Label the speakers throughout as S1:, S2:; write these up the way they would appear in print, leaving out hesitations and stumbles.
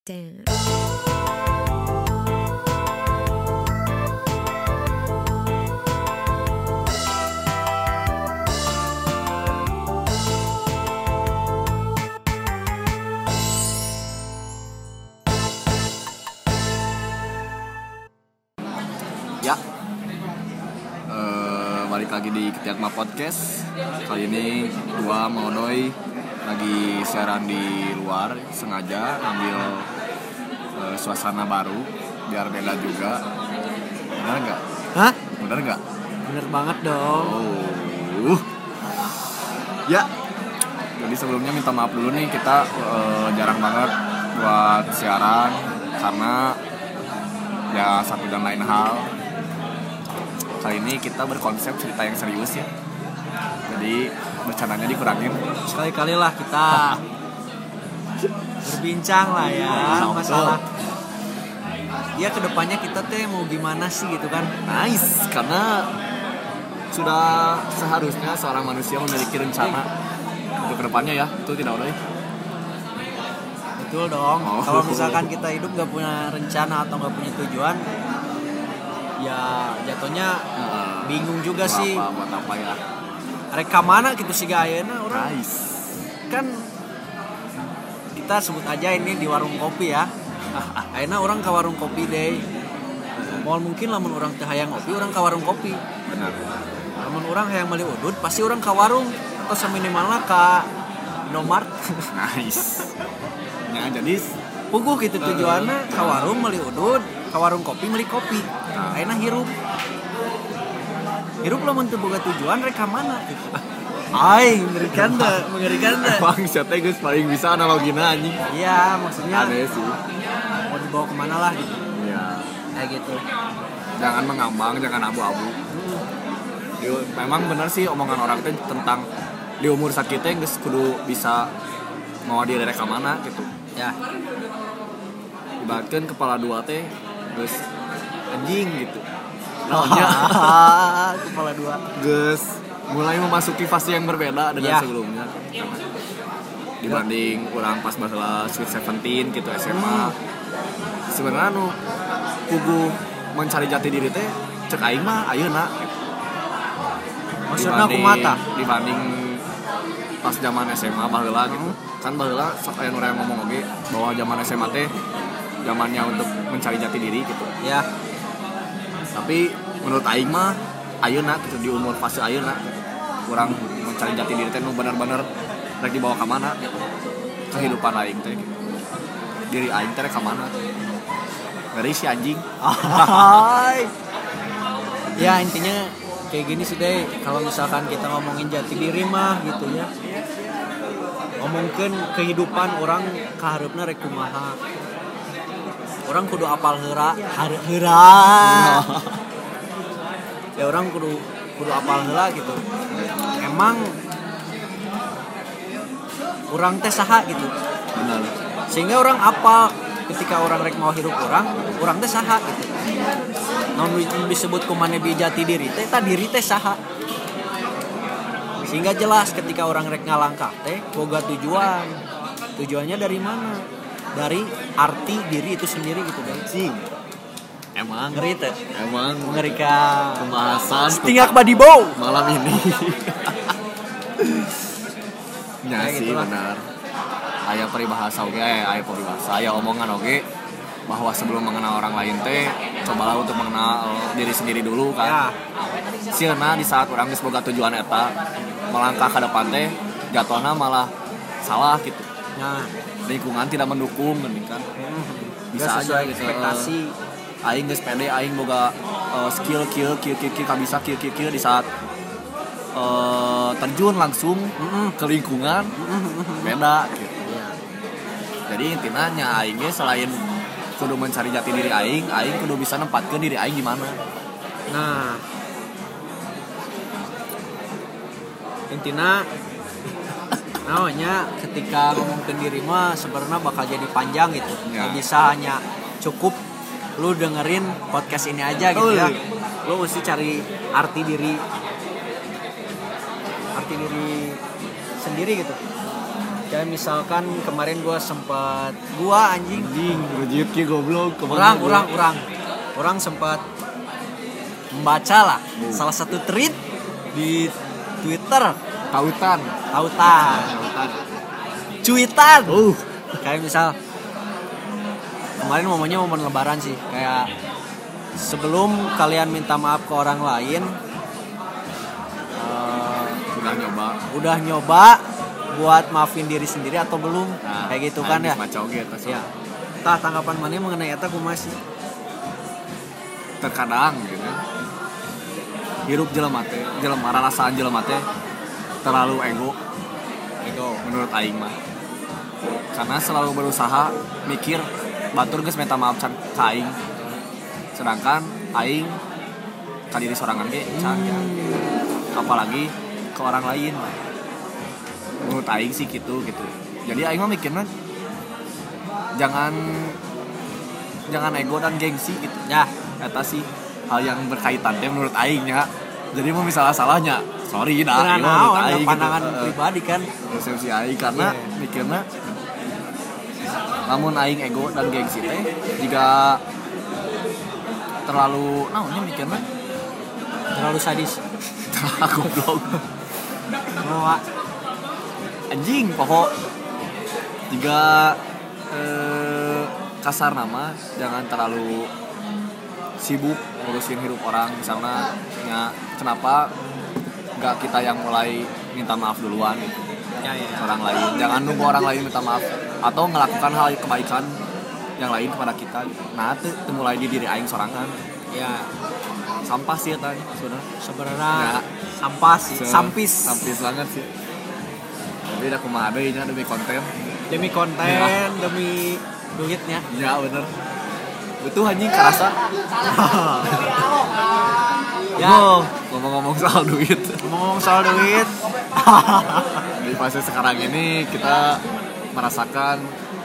S1: Damn.
S2: Ya, balik lagi di Ketiakma Podcast. Kali ini gua mau Doi lagi siaran di luar, sengaja ambil suasana baru biar beda juga. Bener nggak?
S3: Hah?
S2: Bener nggak?
S3: Bener banget dong.
S2: Ya. Jadi sebelumnya minta maaf dulu nih, kita jarang banget buat siaran karena ya satu dan lain hal. Kali ini kita berkonsep cerita yang serius ya. Jadi bercandanya dikurangin.
S3: Sekali-kali lah kita berbincang lah ya masalah. Ya kedepannya kita teh mau gimana sih gitu kan?
S2: Nice, karena sudah seharusnya seorang manusia memiliki rencana untuk kedepannya ya. Itu tidak boleh.
S3: Betul dong. Kalau misalkan kita hidup gak punya rencana atau gak punya tujuan, ya jatuhnya bingung juga sih.
S2: Buat apa ya?
S3: Reka mana gitu sih gayana orang.
S2: Nice.
S3: Kan kita sebut aja ini di warung kopi ya. Ayeuna orang ke warung kopi deh. Mau mungkin lamun orang teh hayang ngopi, orang ke warung kopi.
S2: Benar.
S3: Lamun orang hayang meuli udud, pasti orang ke warung atau seminimalna ka Indomart.
S2: Nice. Ya jadi
S3: Puguh gitu tujuanna ka warung meuli udud, ka warung kopi meuli kopi. Ayeuna hirup. Hirup lamun teu boga tujuan rek ka mana gitu. Ai, mengerikan dah.
S2: Bang, siapa guys paling bisa analogina anjing.
S3: Iya, maksudnya
S2: Aneh sih.
S3: mau dibawa kemana lah gitu.
S2: Iya.
S3: Kayak gitu.
S2: Jangan mengambang, jangan abu-abu. Memang benar sih omongan orang teh tentang di umur sakitnya geus kudu bisa mau direk ka mana gitu.
S3: Ya,
S2: Ibaratkan kepala dua teh geus anjing gitu. Naonnya
S3: kepala dua.
S2: geus mulai memasuki fase yang berbeda dengan
S3: Ya.
S2: sebelumnya. Dibanding orang pas baheula Sweet 17 gitu SMA. Sebenarnya kudu mencari jati diri teh cek aing mah ayeuna gitu.
S3: Maksudna kumaha?
S2: Dibanding pas zaman SMA baheula gitu. Kan baheula sok aya nu rek ngomong oge bahwa zaman SMA teh zamannya untuk mencari jati diri gitu.
S3: Ya,
S2: Tapi menurut aing mah ayeuna gitu di umur fase ayeuna kurang mencari jati diri teh nu bener-bener rek dibawa ka mana gitu. Kehidupan aing teh gitu. Diri aing teh rek ka mana? Ngeri si anjing.
S3: hai. Ya intinya kayak gini sih deh. Kalau misalkan kita ngomongin jati diri mah gitu ya, ngomongin kehidupan orang kaharupna rek kumaha. Orang kudu apal heura. Ya orang kudu apal heula gitu. Emang orang teh saha gitu.
S2: Benar.
S3: Sehingga orang apal ketika orang rek mau hirup orang teh saha gitu. Namun disebut kumane di jati diri teh diri teh saha. Sehingga jelas ketika orang rek ngalangkah teh boga tujuan. Tujuannya dari mana? Dari arti diri itu sendiri gitu deh.
S2: Emang
S3: Ngeri teh.
S2: emang
S3: Mengerikan.
S2: pembahasan
S3: Stingak badibow.
S2: malam ini. Ya
S3: Kayak
S2: sih
S3: gitulah.
S2: benar. Aya peribahasa oge, aya peribahasa, aya omongan oge bahwa sebelum mengenal orang lain teh cobalah untuk mengenal diri sendiri dulu kan.
S3: Ya,
S2: Sieuna di saat orang geus boga tujuan eta melangkah ke depan teh jatuhna malah salah gitu.
S3: nah,
S2: Lingkungan tidak mendukung geuning kan. Bisa
S3: nggak sesuai
S2: aja gitu.
S3: ekspektasi.
S2: Aing geus pede, aing boga skill kieu kabisa kieu di saat terjun langsung ke lingkungan beda gitu.
S3: Ya.
S2: Jadi intinya nya aing ge selain kudu mencari jati diri aing kudu bisa nempatkeun diri aing di mana.
S3: Nah, intinya namanya ketika ngomongin diri mah sebenarnya bakal jadi panjang gitu.
S2: Ya.
S3: Nggak bisa hanya cukup lu dengerin podcast ini aja gitu ya. Lu mesti cari arti diri sendiri gitu. Kayak misalkan kemarin gua anjing
S2: rezeki goblok
S3: orang sempat membaca lah salah satu tweet di Twitter
S2: tautan
S3: cuitan kayak misal kemarin momen lebaran sih, kayak sebelum kalian minta maaf ke orang lain udah nyoba buat maafin diri sendiri atau belum, kayak gitu kan ya. Ya. Tah tanggapan mana mengenai eta kumaha sih?
S2: Terkadang gitu. Hirup jelema rasaan jelema teh terlalu ego menurut aing mah. Karena selalu berusaha mikir batur geus minta maaf can ka aing. Sedangkan aing ka diri sorangan ge can ya. Apalagi ke orang lain. Menurut aing sih gitu. Jadi aing mah mikirna jangan ego dan gengsi gitu. Ya, eta sih hal yang berkaitan teh menurut aing nya. Jadi mau misalnya salahnya, sorry dah.
S3: Menurut aing pandangan gitu. Pribadi kan.
S2: Persepsi aing karena mikirna namun aing ego dan gengsi teh jika terlalu mikirna
S3: terlalu sadis.
S2: Goblok. Anjing pokok jika kasar nama jangan terlalu sibuk ngurusin hidup orang, misalnya ya, kenapa nggak kita yang mulai minta maaf duluan gitu orang lain, jangan nunggu orang lain minta maaf atau melakukan hal kebaikan yang lain kepada kita gitu. Nah itu mulai di diri aing sorangan ya. Sampah sih tadi
S3: sebenarnya sampah sih, sampis
S2: banget sih. Tapi udah kumaha deui nya demi konten
S3: ya. Demi duitnya.
S2: Ya bener. Betul anjing kerasa.
S3: Ya,
S2: ngomong-ngomong soal duit. Di fase sekarang ini kita merasakan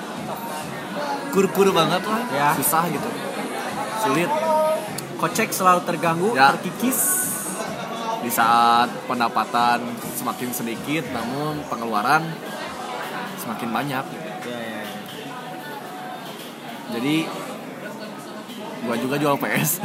S2: kur banget lah ya. Susah gitu. Sulit.
S3: Kocek selalu terganggu, terkikis.
S2: Di saat pendapatan semakin sedikit namun pengeluaran semakin banyak gitu.
S3: Ya.
S2: Jadi gua juga jual PS.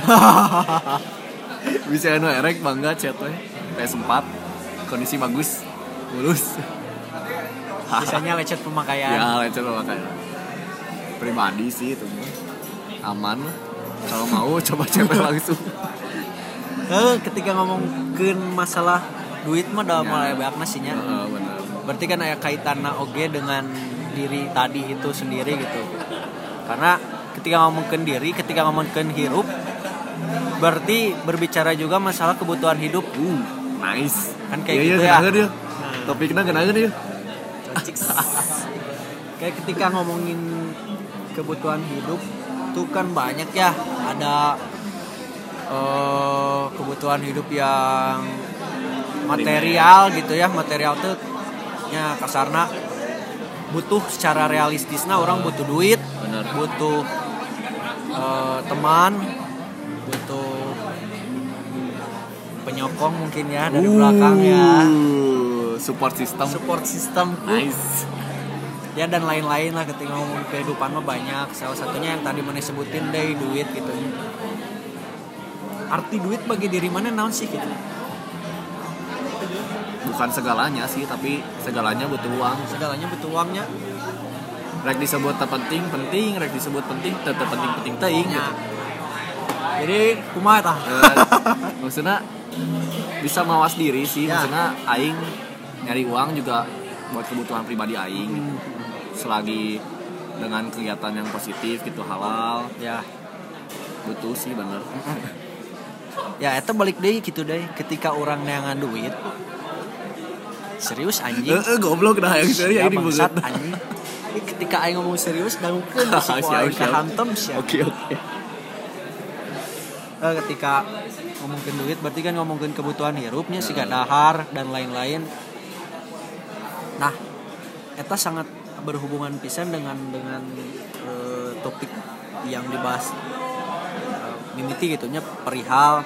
S2: Bisa erek bangga chat we. PS4 kondisi bagus, mulus.
S3: Bisanya lecet pemakaian.
S2: Ya, lecet pemakaian. Pribadi sih itu aman. Kalau mau coba CP langsung.
S3: Ketika ngomongkeun masalah duit mah udah mulai banyak nasinya.
S2: Benar.
S3: Berarti kan aya kaitanna oge dengan diri tadi itu sendiri gitu. Karena ketika ngomongkeun hirup berarti berbicara juga masalah kebutuhan hidup.
S2: Nice.
S3: Kan kayak gitu ya.
S2: Topiknya kenangan ya.
S3: Kayak ketika ngomongin kebutuhan hidup tuh kan banyak ya. Ada kebutuhan hidup yang material gitu ya. Material tuh ya kasarna butuh secara realistisnya orang butuh duit.
S2: Bener.
S3: Butuh teman, butuh penyokong mungkin ya dari belakang ya.
S2: Support system. Nice.
S3: Ya dan lain-lain lah ketika ngomong kehidupan mah banyak. Salah satunya yang tadi mana sebutin deh duit gitu. Arti duit bagi diri mana naon sih gitu?
S2: Bukan segalanya sih, tapi segalanya butuh uang.
S3: Segalanya butuh uangnya.
S2: Rek disebut penting, rek disebut penting, tetap penting teuing
S3: ya.
S2: Gitu.
S3: Jadi kumaha tah?
S2: Maksudnya bisa mawas diri sih,
S3: ya.
S2: Maksudnya aing nyari uang juga buat kebutuhan pribadi aing. Selagi dengan kegiatan yang positif gitu, halal.
S3: Ya.
S2: Butuh sih bener.
S3: Ya eta balik deui gitu deh. Ketika orang neangan duit serius anjing.
S2: Goblok dah yang serius ini
S3: bangsat anjing. Ketika aing ngomong serius dangukeun si aing kahantem sia.
S2: Oke.
S3: Ketika ngomongin duit berarti kan ngomongin kebutuhan hirupnya siga dahar dan lain-lain. Nah, eta sangat berhubungan pisan dengan topik yang dibahas mimiti gitunya perihal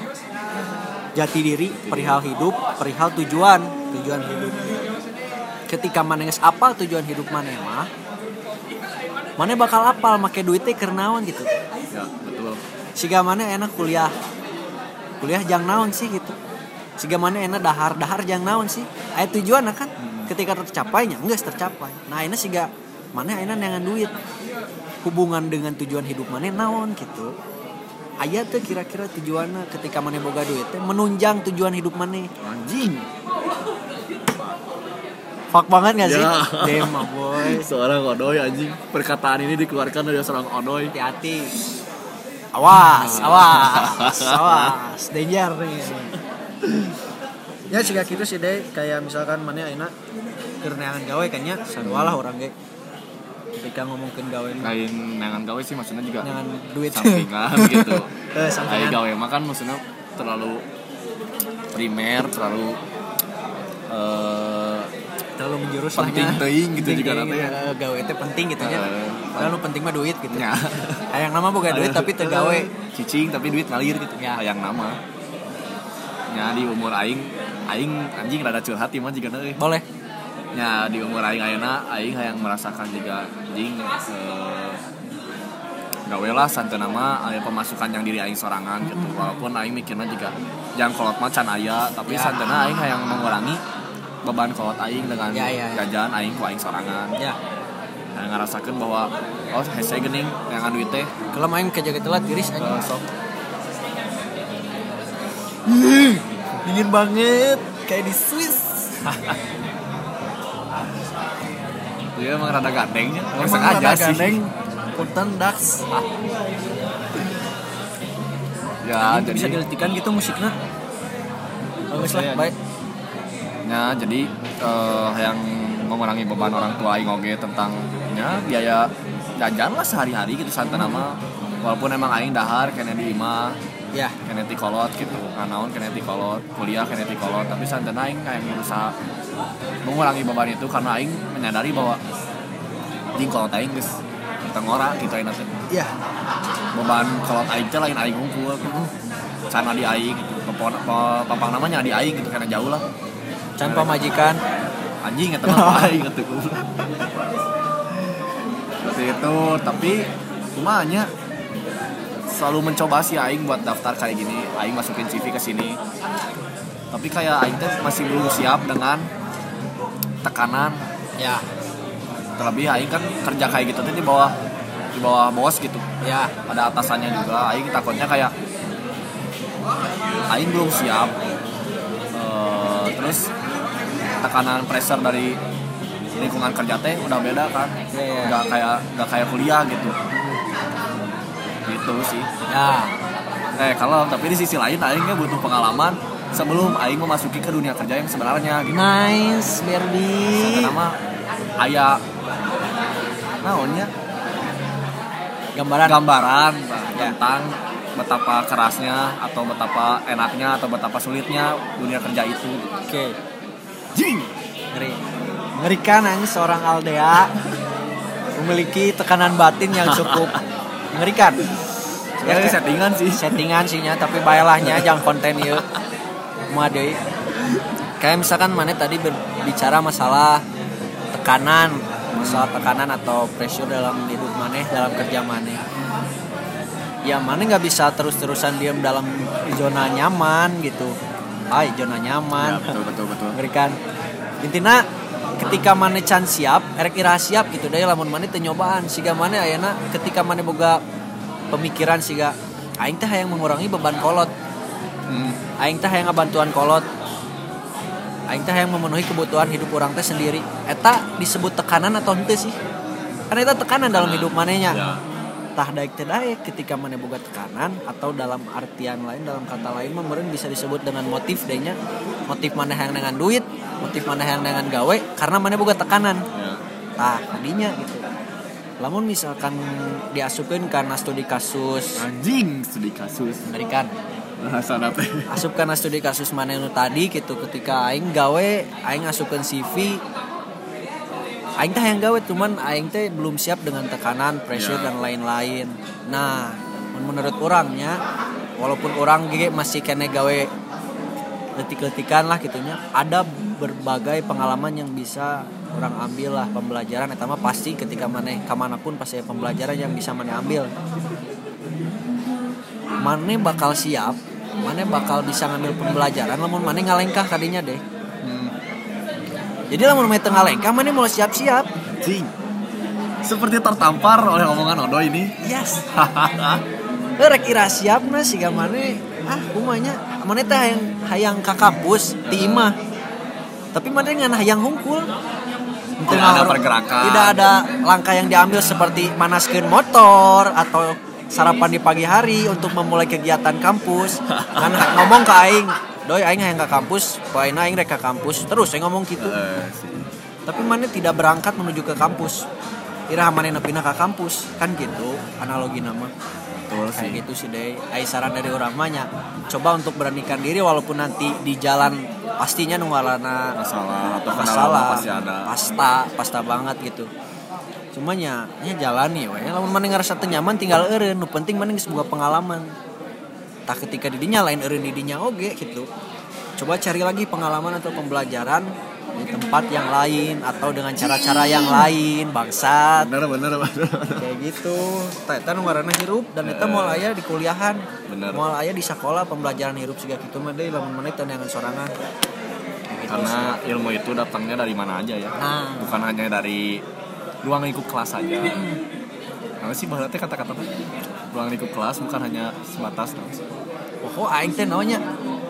S3: jati diri, perihal hidup, perihal tujuan hidup. ketika maneh geus apal tujuan hidup maneh mah maneh bakal apal make duit teh keur naon gitu.
S2: Ya, betul.
S3: Siga maneh enak kuliah jang naon sih gitu. Siga maneh enak dahar jang naon sih. Aya tujuan kan ketika tercapainya geus tercapai. Nah ayeuna siga maneh ayeuna neangan duit. Hubungan dengan tujuan hidup maneh naon gitu. Aya teh kira-kira tujuanna ketika maneh boga duit teh menunjang tujuan hidup maneh.
S2: Anjing.
S3: Fuck banget gak sih?
S2: Ya.
S3: Damn boy.
S2: Seorang odoy anjing. Perkataan ini dikeluarkan dari seorang odoy.
S3: Hati-hati. Awas. Danger nih. Ya siga kitu sih deh, kayak misalkan maneh ayeuna keur neangan gawe kan nya sarua lah urang ge. Ketika ngomongkeun gawe
S2: Lain neangan gawe sih maksudnya juga
S3: neangan duit
S2: sampingan gitu.
S3: sampingan.
S2: Gawe mah kan maksudnya terlalu primer, terlalu
S3: menjurus
S2: penting
S3: lah
S2: teuing gitu juga nanti ya.
S3: Gawe teh penting gitu nya. Padahal nu penting mah duit gitu.
S2: Ya.
S3: Hayang nama boga duit tapi teu gawe.
S2: Cicing tapi duit ngalir gitu.
S3: Ya.
S2: Hayang nama. Nya di umur aing anjing rada curhat ieu mah jiga euy.
S3: Boleh.
S2: Nya di umur aing ayeuna aing hayang merasakan juga anjing gawe lah santeuna mah aya pemasukan yang diri aing sorangan gitu. Walaupun aing mikirna juga jang kolot mah can aya, tapi santeuna aing hayang mengurangi beban kolot aing dengan jajan aing ku aing sorangan.
S3: Ya.
S2: Hayang ngarasakeun bahwa hese geuning neangan duit teh.
S3: Kalau main kerja telat tiris aja.
S2: Sok
S3: Dingin banget kayak di Swiss.
S2: Dia emang rada gandengnya.
S3: Emang
S2: Sengaja
S3: rada
S2: sih.
S3: gandeng. Punten Dax.
S2: Ya,
S3: Ini
S2: jadi
S3: bisa diletikan gitu musiknya. Bagus lah,
S2: Ya.
S3: baik.
S2: Ya, jadi yang mengurangi beban orang tua aing oge tentang biaya jajan lah sehari-hari gitu santeuna mah. Walaupun emang aing dahar kena di imah,
S3: Ya,
S2: kena ti kolot gitu. Kanaon kena ti kolot, kuliah kena ti kolot, tapi santeuna aing kayak berusaha mengurangi beban itu karena aing menyadari bahwa jeung kolot aing geus tengora gitu ayeuna teh.
S3: iya.
S2: Beban kolot aing teh lain aing unggul. Sana di aing gitu. Papang namanya di aing gitu karena jauh lah.
S3: Can pamajikan.
S2: Anjing eta mah aing atuh. Seperti itu, tapi kumaha nya selalu mencoba sih aing buat daftar kayak gini, aing masukin CV ke sini. Tapi kayak aing teh masih belum siap dengan tekanan.
S3: Ya,
S2: Terlebih aing kan kerja kayak gitu tuh di bawah bos gitu.
S3: ya.
S2: Ada atasannya juga, aing takutnya kayak aing belum siap. Terus tekanan pressure dari lingkungan kerja teh udah beda kan.
S3: Ya.
S2: Nggak kayak kuliah gitu. Gitu sih.
S3: Ya.
S2: Kalau tapi di sisi lain aingnya butuh pengalaman sebelum aing memasuki ke dunia kerja yang sebenarnya gitu.
S3: Nice, Berbi.
S2: Nama aya naonnya
S3: Gambaran.
S2: tentang betapa kerasnya atau betapa enaknya atau betapa sulitnya dunia kerja itu.
S3: Oke.
S2: Jing.
S3: Mengerikan anjing seorang Aldea memiliki tekanan batin yang cukup mengerikan.
S2: Ya, settingan sih.
S3: Settingan sihnya tapi baelahnya jangan konten ieu. Kumaha deui? Kayak misalkan maneh tadi berbicara masalah tekanan atau pressure dalam hidup maneh, dalam kerja maneh. Ya maneh nggak bisa terus-terusan diam dalam zona nyaman gitu. Zona nyaman.
S2: Ya, betul.
S3: Mengerikan. Intina ketika maneh can siap, erek ira siap gitu deh lamun maneh teu nyobaan. Siga maneh ayeuna ketika maneh boga pemikiran siga aing teh hayang mengurangi beban kolot. Aing teh hayang ngabantuan kolot. Aing teh hayang memenuhi kebutuhan hidup urang teh sendiri. Eta disebut tekanan atau henteu sih? Kan eta tekanan dalam hidup manehnya.
S2: Ya.
S3: Tah daek teh daek ketika maneh boga tekanan atau dalam artian lain, dalam kata lain mah meureun bisa disebut dengan motif deh nya. Motif maneh hayang dengan duit, motif maneh hayang dengan gawe karena maneh boga tekanan.
S2: Ya.
S3: Tah tadinya gitu. Lamun misalkan diasupkeun karena studi kasus
S2: Anjing studi kasus.
S3: Amerikan.
S2: Bahasa teh.
S3: Asup karena studi kasus maneh nu tadi gitu ketika aing gawe, aing asupkeun CV. Aing teh yang gawe cuman aing teh belum siap dengan tekanan, pressure dan lain-lain. Nah, menurut orangnya walaupun orang ge masih kene gawe letik-letikan lah gitunya, ada berbagai pengalaman yang bisa orang ambil lah pembelajaran. Eta mah pasti ketika maneh kamanapun pasti ada pembelajaran yang bisa maneh ambil. Maneh bakal siap, maneh bakal bisa ngambil pembelajaran lamun maneh ngalengkah kadinya deh. Jadi lamun maneh teu ngalengkah, maneh mau siap-siap.
S2: Cing. Seperti tertampar oleh omongan Odo ini.
S3: Yes. Rek ira siapna siga maneh kumanya maneh teh hayang ka kampus di imah. Tapi maneh ngan hayang hungkul.
S2: Tidak ada pergerakan.
S3: Tidak ada langkah yang diambil seperti manaskeun motor atau sarapan di pagi hari untuk memulai kegiatan kampus. Kan ngomong ke aing, "Doi aing hayang ka kampus, poeina aing rek ka kampus." Terus saya ngomong gitu. Tapi maneh tidak berangkat menuju ke kampus. Ira maneh nepina ka kampus. Kan gitu analogi nama. Kayak gitu sih deh. Saran dari orang banyak. Coba untuk beranikan diri walaupun nanti di jalan pastinya nunggalana
S2: masalah atau
S3: masalah
S2: pasti ada.
S3: Pasta banget gitu. Cuma nya jalani we. Lamun maneh ngarasa teu nyaman tinggal eureun. Nu penting maneh geus boga pengalaman. Tah ketika didinya lain eureun didinya oge gitu. Coba cari lagi pengalaman atau pembelajaran di tempat yang lain atau dengan cara-cara yang lain, bangsat.
S2: Bener.
S3: Kayak gitu. Eta nu ngaranna hirup dan eta moal aya di kuliahan. Moal aya di sekolah pembelajaran hirup siga kitu mah deui lamun maneh teu neangan sorangan.
S2: Karena ilmu itu datangnya dari mana aja ya. Bukan hanya dari ruang lingkup kelas saja. Apa sih berarti kata-kata ruang lingkup kelas bukan hanya sebatas.
S3: Pokok aing teh naonnya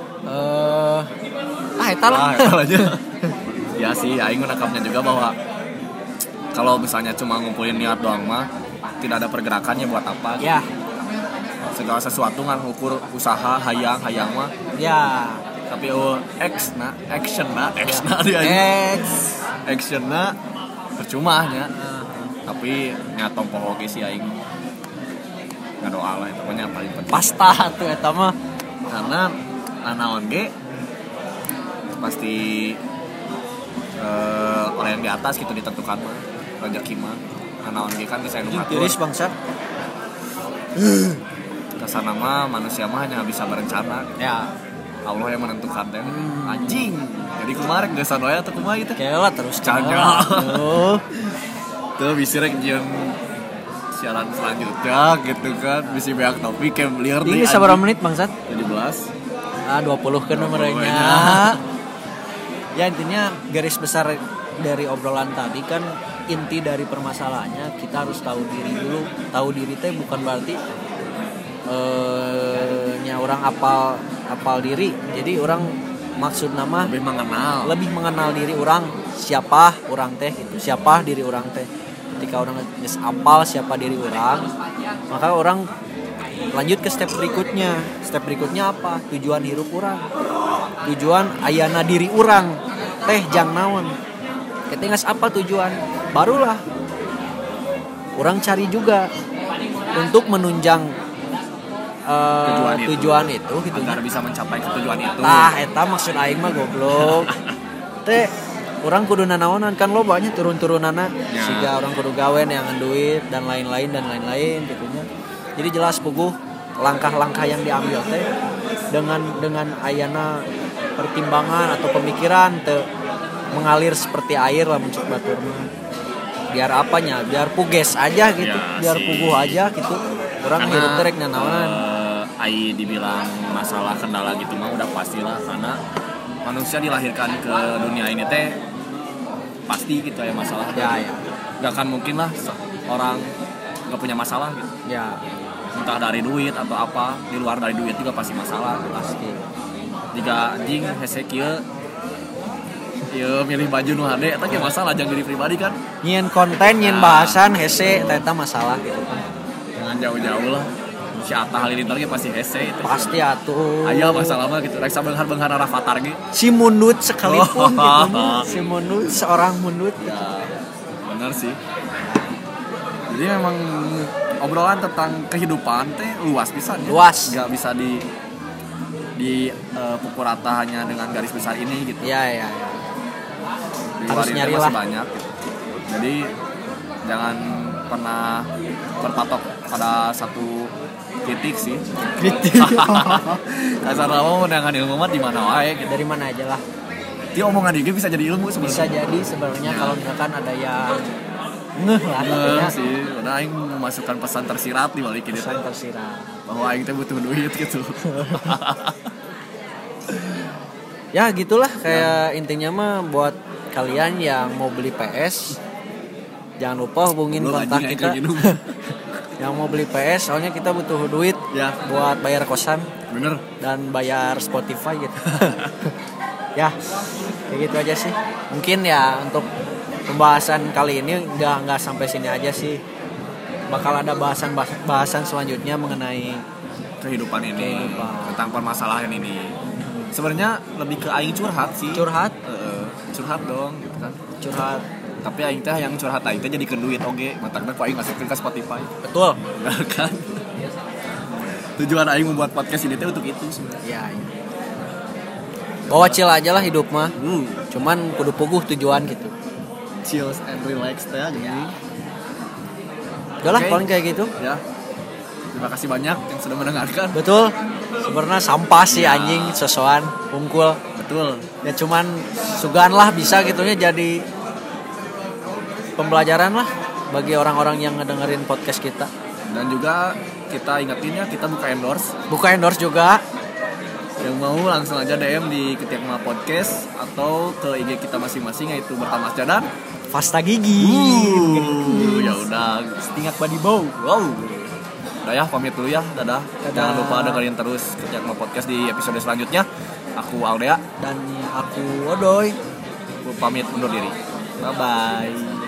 S3: eta lah
S2: aja. Ya sih, aing menangkapnya juga bahwa kalau misalnya cuma ngumpulin niat doang mah tidak ada pergerakannya buat apa?
S3: Ya.
S2: Segala sesuatu kan ukur usaha hayang mah.
S3: Ya.
S2: Tapi action dia. Action percuma nya. Tapi nya tompoh oge sih aing. Ngadoa lah eta mah paling penting.
S3: Pasta tuh eta mah.
S2: Karena nanaon ge pasti oleh yang di atas gitu ditentukan mah rezeki mah nanaon ge kan geus aya nu ngatur.
S3: Tiris bangsat.
S2: Kesana mah manusia mah hanya bisa berencana.
S3: Ya.
S2: Allah yang menentukan teh. Anjing. Jadi kemarin geus anu aya teh kumaha gitu.
S3: Kewa terus
S2: canya. Tuh bisa rek jeung siaran selanjutnya gitu kan. Bisa beak topik yang liar
S3: deui. Ini sabaraha menit bangsat?
S2: 17.
S3: 20 kan nomornya. Ya intinya garis besar dari obrolan tadi kan inti dari permasalahannya kita harus tahu diri dulu. Tahu diri teh bukan berarti nya orang apal diri. Jadi orang maksud nama lebih mengenal diri orang, siapa orang teh gitu. Siapa diri orang teh. Ketika orang geus apal siapa diri orang, maka orang lanjut ke step berikutnya. Step berikutnya apa? Tujuan hirup orang. Tujuan ayana diri orang teh jang naon. Ketika apa tujuan? Barulah orang cari juga untuk menunjang tujuan itu gitu.
S2: Agar bisa mencapai ke tujuan itu.
S3: Eta maksud aing mah goblok. Teh orang kudu nanaonan kan lo banyak turun-turunana ya. Siga orang kudu gawe neangan duit dan lain-lain gitunya. Jadi jelas puguh langkah-langkah yang diambil teh dengan ayana pertimbangan atau pemikiran teu mengalir seperti air lah muncul batur mah. Biar apanya? Biar puges aja gitu. Ya, biar puguh aja gitu. Orang hirup terek nanaonan.
S2: Ai dibilang masalah kendala gitu mah udah pastilah karena manusia dilahirkan ke dunia ini teh pasti gitu ya masalah.
S3: Ya.
S2: Gak akan mungkin lah orang gak punya masalah gitu.
S3: Ya.
S2: Entah dari duit atau apa, di luar dari duit juga pasti masalah pasti. Jika anjing hese kieu milih baju nu hade eta ge masalah jeung diri pribadi kan.
S3: Nyieun konten, nyieun bahasan hese eta masalah gitu kan.
S2: Jangan jauh-jauh lah. Si Atta Halilintar ge pasti hese itu.
S3: Pasti atuh.
S2: Aya masalah mah gitu. Rek sabeunghar-beunghar Rafathar ge.
S3: Si Mundut sekalipun gitu. Si Mundut seorang Mundut.
S2: Ya, benar sih. Jadi memang obrolan tentang kehidupan teh luas pisan ya.
S3: Luas.
S2: Enggak bisa di pukul rata hanya dengan garis besar ini gitu.
S3: Iya.
S2: Di
S3: harus nyari
S2: masih
S3: lah.
S2: Banyak gitu. Jadi jangan pernah berpatok pada satu kritik sih.
S3: Kritik.
S2: Kasar nama menangan ilmu mah di mana wae gitu.
S3: Dari mana aja lah.
S2: Dia omongan dia bisa jadi ilmu sebenarnya.
S3: Bisa jadi sebenarnya kalau misalkan ada yang ngeh lah
S2: Iya sih, udah aing memasukkan pesan tersirat di balik ini
S3: pesan
S2: teh.
S3: tersirat.
S2: Bahwa aing teh butuh duit gitu.
S3: Ya gitulah kayak intinya mah buat kalian yang mau beli PS jangan lupa hubungin
S2: Lu
S3: kontak
S2: anjing,
S3: kita.
S2: kayak gini.
S3: Yang mau beli PS soalnya kita butuh duit
S2: Ya,
S3: buat bayar kosan
S2: bener.
S3: dan bayar Spotify gitu. Ya kayak gitu aja sih. Mungkin ya untuk pembahasan kali ini nggak sampai sini aja sih. Bakal ada bahasan selanjutnya mengenai
S2: Kehidupan ini,
S3: Kehidupan.
S2: tentang permasalahan ini. Sebenarnya lebih ke aing curhat sih.
S3: curhat
S2: Curhat dong gitu kan.
S3: curhat.
S2: Tapi aing teh yang curhat aing teh jadi ke duit oge, matangna ku aing masukin ke Spotify.
S3: Betul.
S2: Benar kan? Tujuan aing membuat podcast ini teh untuk itu sebenarnya.
S3: Ya, ya. Bawa chill aja lah hidup mah.
S2: Hmm.
S3: Cuman kudu puguh tujuan gitu.
S2: Chill and relax teh aja.
S3: Udah lah
S2: Oke.
S3: paling kayak gitu.
S2: Ya. Terima kasih banyak yang sudah mendengarkan.
S3: Betul. Sebenarnya sampah sih
S2: Ya.
S3: anjing sosokan pungkul.
S2: Betul.
S3: Ya cuman sugan lah bisa gitunya jadi pembelajaran lah bagi orang-orang yang ngedengerin podcast kita.
S2: Dan juga kita ingetin ya, kita buka endorse.
S3: Buka endorse juga.
S2: Yang mau langsung aja DM di Ketiakma Podcast atau ke IG kita masing-masing yaitu Bertamas Jadan.
S3: Pasta gigi.
S2: Ya udah,
S3: Setingak body bow.
S2: wow. Udah ya, pamit dulu ya. Dadah.
S3: Dadah.
S2: Jangan lupa dengerin terus Ketiakma Podcast di episode selanjutnya. Aku Aldea.
S3: Dan aku Odoy.
S2: Aku pamit undur diri. Bye bye.